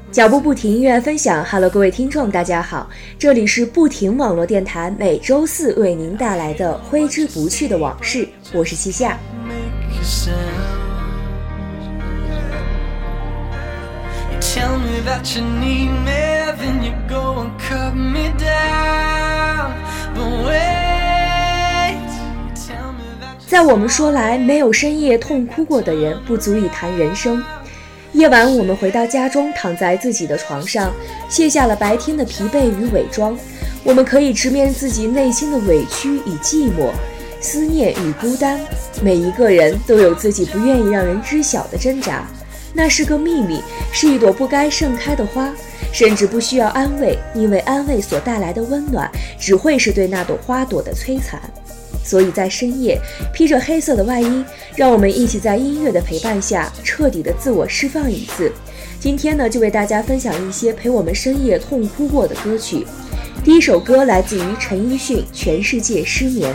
脚步不停，音乐分享。Hello， 各位听众，大家好，这里是不停网络电台，每周四为您带来的挥之不去的往事，我是七夏。在我们说来，没有深夜痛哭过的人，不足以谈人生。夜晚我们回到家中，躺在自己的床上，卸下了白天的疲惫与伪装，我们可以直面自己内心的委屈与寂寞，思念与孤单。每一个人都有自己不愿意让人知晓的挣扎，那是个秘密，是一朵不该盛开的花，甚至不需要安慰，因为安慰所带来的温暖只会是对那朵花朵的摧残。所以在深夜，披着黑色的外衣，让我们一起在音乐的陪伴下彻底的自我释放一次。今天呢，就为大家分享一些陪我们深夜痛哭过的歌曲。第一首歌来自于陈奕迅，《全世界失眠》。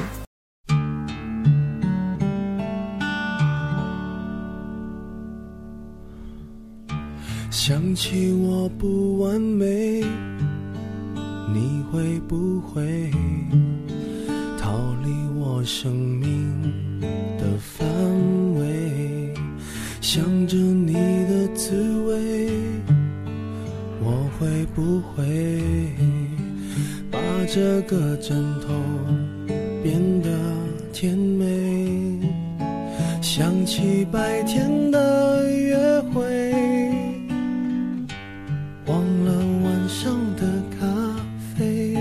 想起我不完美，你会不会逃离我生命的范围？想着你的滋味，我会不会把这个枕头变得甜美？想起白天的约会，忘了晚上的咖啡，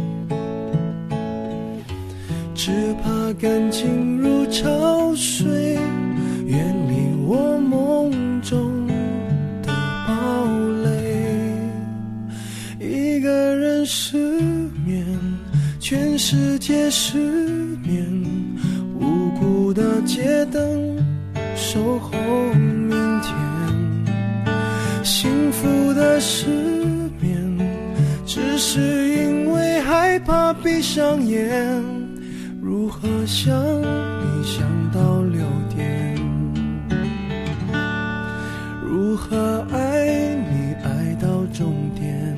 只怕感情如潮水，远离我梦中的堡垒。一个人失眠，全世界失眠，无辜的街灯守候明天。幸福的失眠，只是因为害怕闭上眼。如何想你想到6点？如何爱你爱到终点？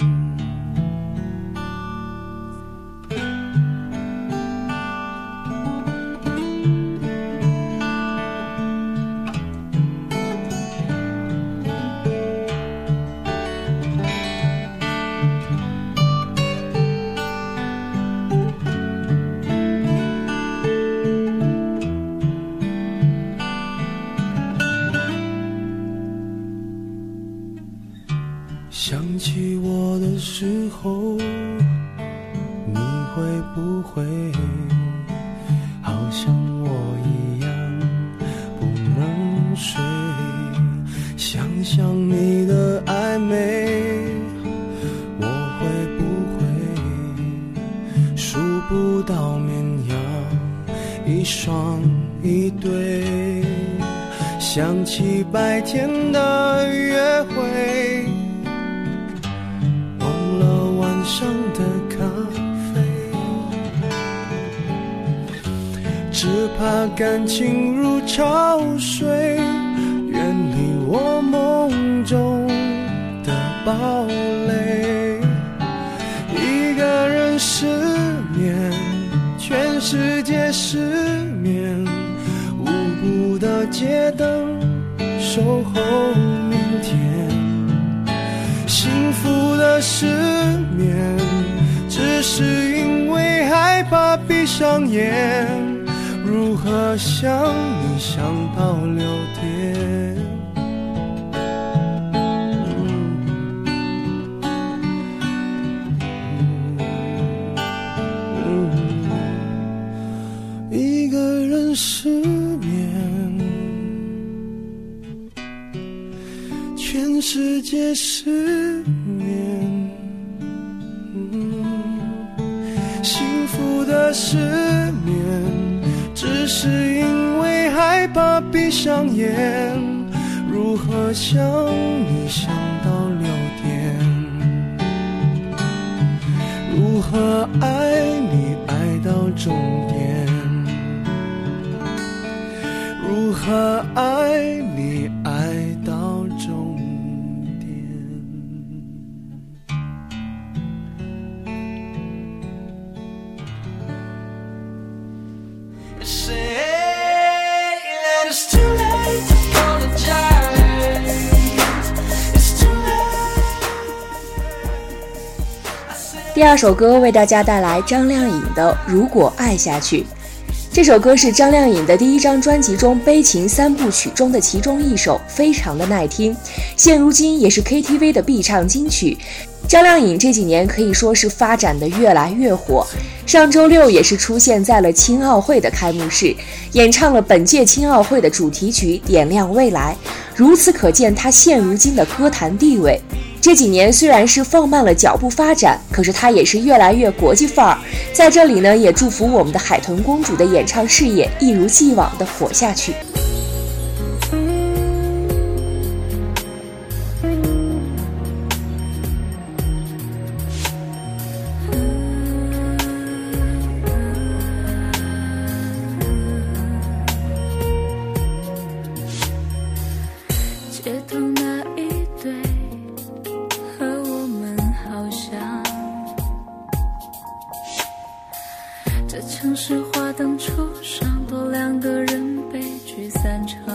想起我的时候，你会不会好像我一样不能睡？想想你的暧昧，我会不会数不到绵羊一双一对？想起白天的约会，上的咖啡，只怕感情如潮水，远离我梦中的堡垒。一个人失眠，全世界失眠，无辜的街灯守候明天。幸福的失眠，只是因为害怕闭上眼。如何想你想到6点？一个人失眠，全世界失眠。幸福的失眠，只是因为害怕闭上眼。如何想你想到6点？如何爱你爱到终点？如何爱你爱到终点？ 第二首歌为大家带来张靓颖的《如果爱下去》。这首歌是张靓颖的第一张专辑中悲情三部曲中的其中一首，非常的耐听，现如今也是 KTV 的必唱金曲。张靓颖这几年可以说是发展的越来越火，上周六也是出现在了青奥会的开幕式，演唱了本届青奥会的主题曲《点亮未来》，如此可见她现如今的歌坛地位。这几年虽然是放慢了脚步发展，可是她也是越来越国际范儿。在这里呢，也祝福我们的海豚公主的演唱事业一如既往的火下去。 城市花灯初上，多两个人悲剧散场。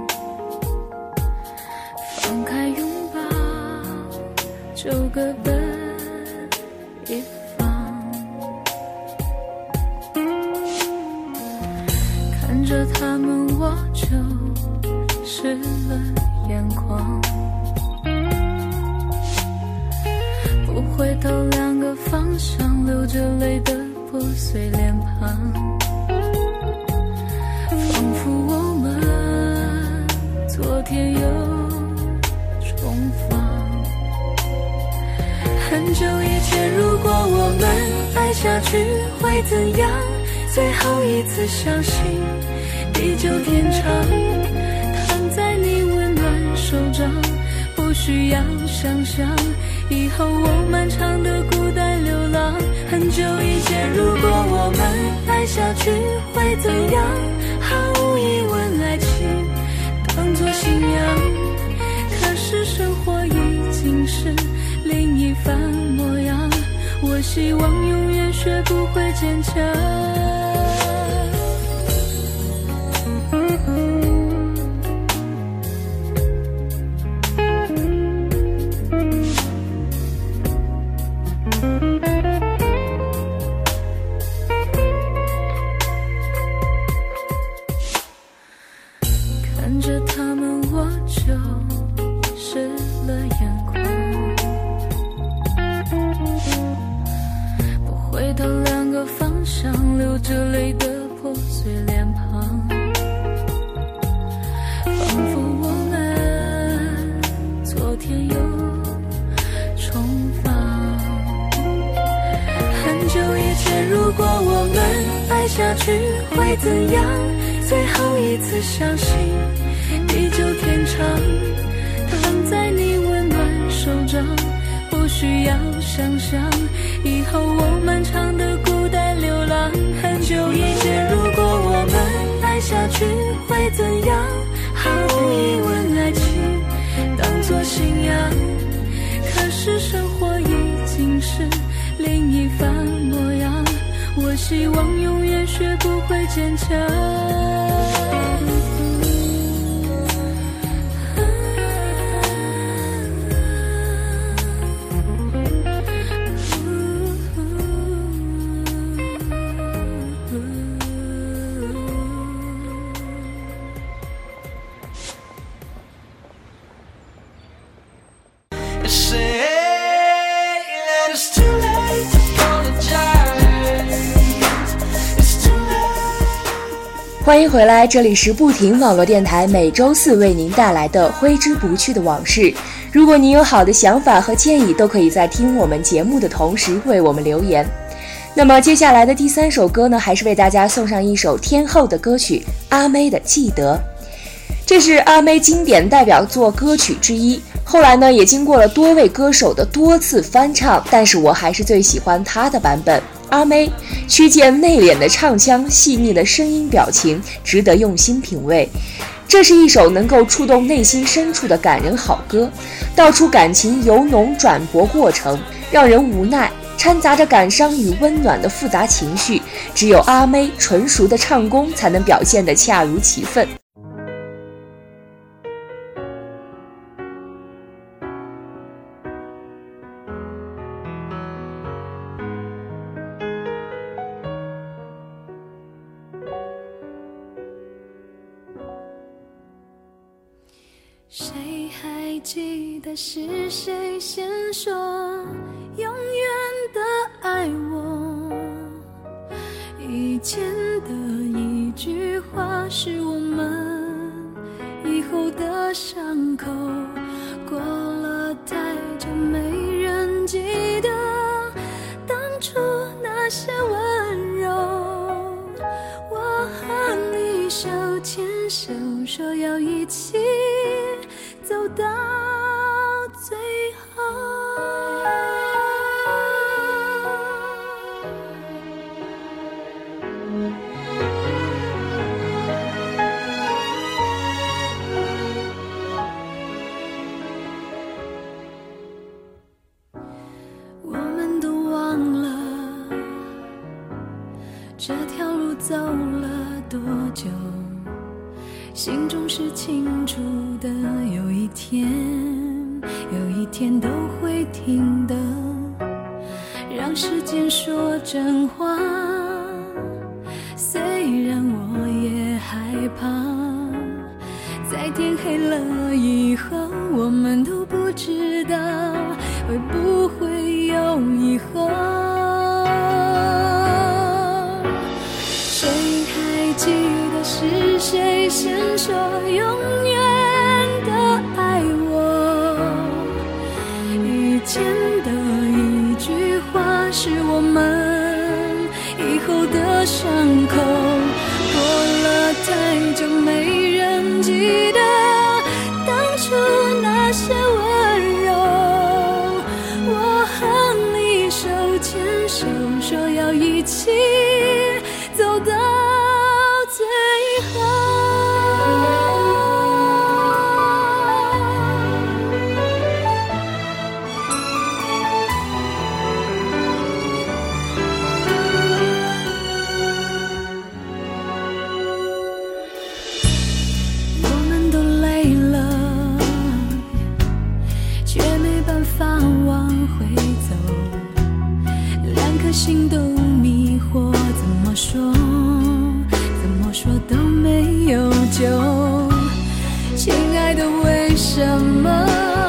放开拥抱，就各奔一方。看着他们，我就湿了眼眶。不回头，两个方向，流着泪的破碎脸庞，仿佛我们昨天又重逢。很久以前，如果我们爱下去会怎样？最后一次相信地久天长，躺在你温暖手掌，不需要想象以后我漫长的孤单流浪。很久以前，如果我们爱下去会怎样？毫无疑问，爱情当作信仰。可是生活已经是另一番模样，我希望永远学不会坚强。看着他们，我就湿了眼眶。不回头，两个方向，流着泪的破碎脸庞，仿佛我们昨天又重逢。很久以前，如果我们爱下去会怎样？最后一次相信地久天长，躺在你温暖手掌，不需要想象以后我漫长的孤单流浪。很久以前，如果我们爱下去会怎样？毫无疑问，爱情当作信仰。可是生活已经是另一番模样，我希望永远学不会坚强。 欢迎回来，这里是不停网络电台，每周四为您带来的挥之不去的往事。如果您有好的想法和建议，都可以在听我们节目的同时为我们留言。那么接下来的第三首歌呢，还是为大家送上一首天后的歌曲，阿妹的《记得》。这是阿妹经典代表作歌曲之一，后来呢也经过了多位歌手的多次翻唱，但是我还是最喜欢她的版本。阿妹曲见内敛的唱腔，细腻的声音表情，值得用心品味。这是一首能够触动内心深处的感人好歌，道出感情由浓转薄过程，让人无奈，掺杂着感伤与温暖的复杂情绪，只有阿妹纯熟的唱功才能表现得恰如其分。 谁还记得是谁先说永远的爱我？以前的一句话是我们以后的伤口，过了太久没人记得当初那些温柔。我和你手牵手，说要一起走到最后。我们都忘了这条路走了多久，心中是清楚的，有一天都会停的。让时间说真话，虽然我也害怕，在天黑了以后，我们都不知道会不会有以后。谁还记得是谁先说永远的爱我？以前的一句话是我们以后的伤口，过了太久没人记得当初那些温柔。我和你手牵手，说要一起走到最后。我们都累了，却没办法往回走，两颗心都迷惑，怎么说都没有救。亲爱的，为什么？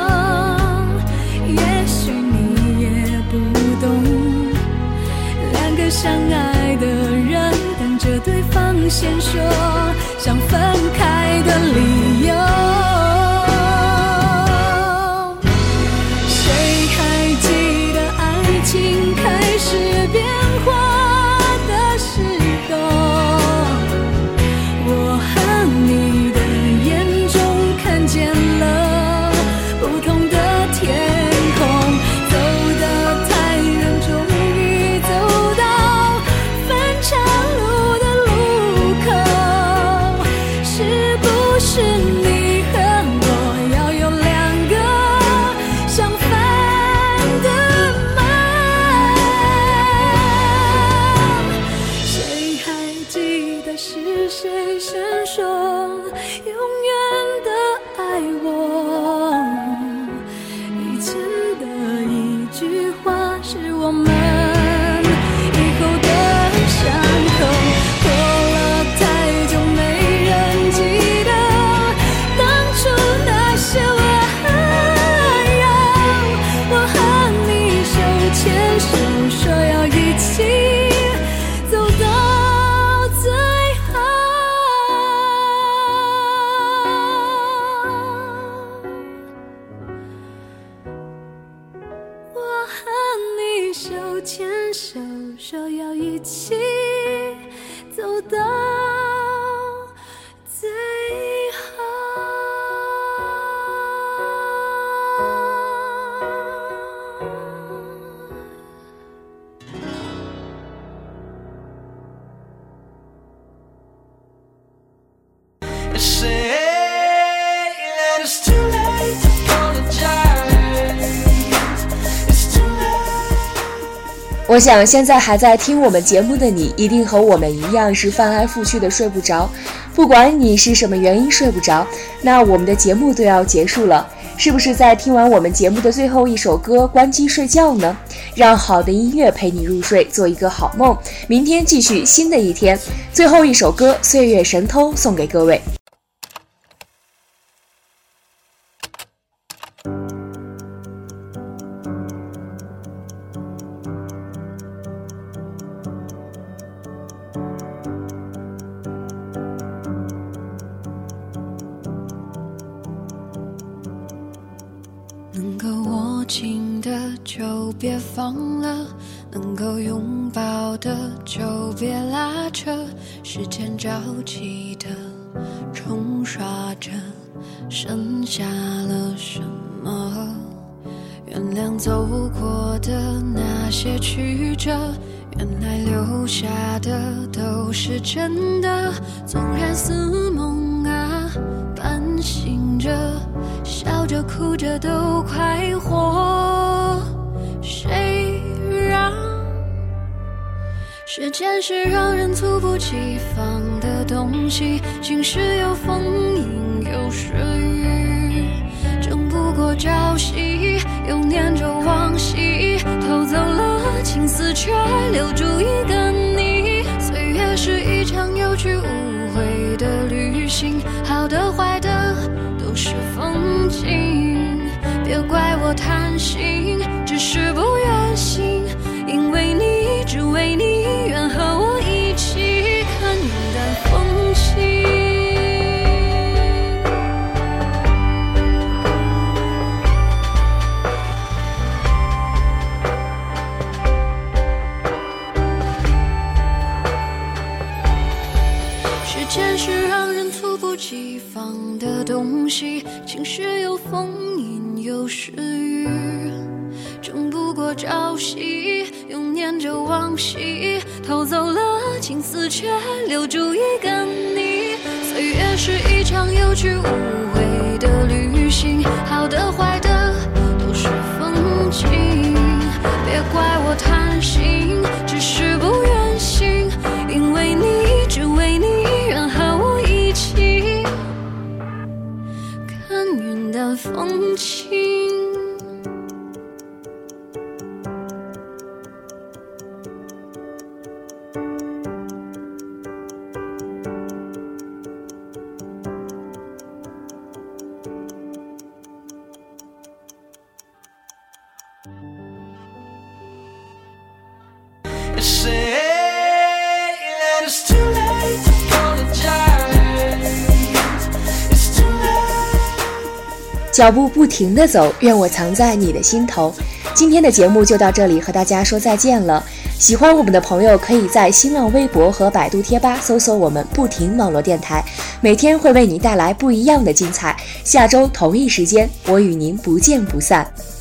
也许你也不懂，两个相爱的人等着对方先说想分开的理由。谁还记得爱情开始变化的时候？我和你的眼中看见了不同的天空，走得太远，终于走到分岔路的路口。是不是你和我要有两个相反的梦？谁还记得是谁先说永远的爱我？以前的一句话是我们以后的伤口，过了太久没人记得当初那些温柔。我和你手牵手，说要一起走到最后。我和你手牵手，说要一起走到最后。 Say that it's too late to apologize. It's too late. 我想现在还在听我们节目的你，一定和我们一样是翻来覆去的睡不着。不管你是什么原因睡不着，那我们的节目都要结束了，是不是在听完我们节目的最后一首歌关机睡觉呢？让好的音乐陪你入睡，做一个好梦，明天继续新的一天。最后一首歌《岁月神偷》送给各位。 能够握紧的就别放了，能够拥抱的就别拉扯，时间着急的冲刷着，剩下了什么？原谅走过的那些曲折，原来留下的都是真的，纵然似梦啊，半醒着，笑着哭着都快活。谁让时间是让人猝不及防的东西，晴时有风阴有时雨，争不过朝夕，又念着往昔，偷走了青丝却留住一个你。岁月是一场有去无回的旅行，好的坏的都是风景，别怪我贪心，只是不愿醒，因为你，只为你，愿和我一起看云淡风轻。时间是让人猝不及防的东西，晴时有风阴有时雨，争不过朝夕，又念着往昔，偷走了青丝却留住一个你。岁月是一场有去无回的旅行，好的坏的都是风景，别怪我贪心，只是不愿醒，因为你，只为你，愿和我一起看云淡风轻。 脚步不停地走，愿我藏在你的心头。今天的节目就到这里，和大家说再见了。喜欢我们的朋友可以在新浪微博和百度贴吧搜索我们不停网络电台，每天会为你带来不一样的精彩。下周同一时间，我与您不见不散。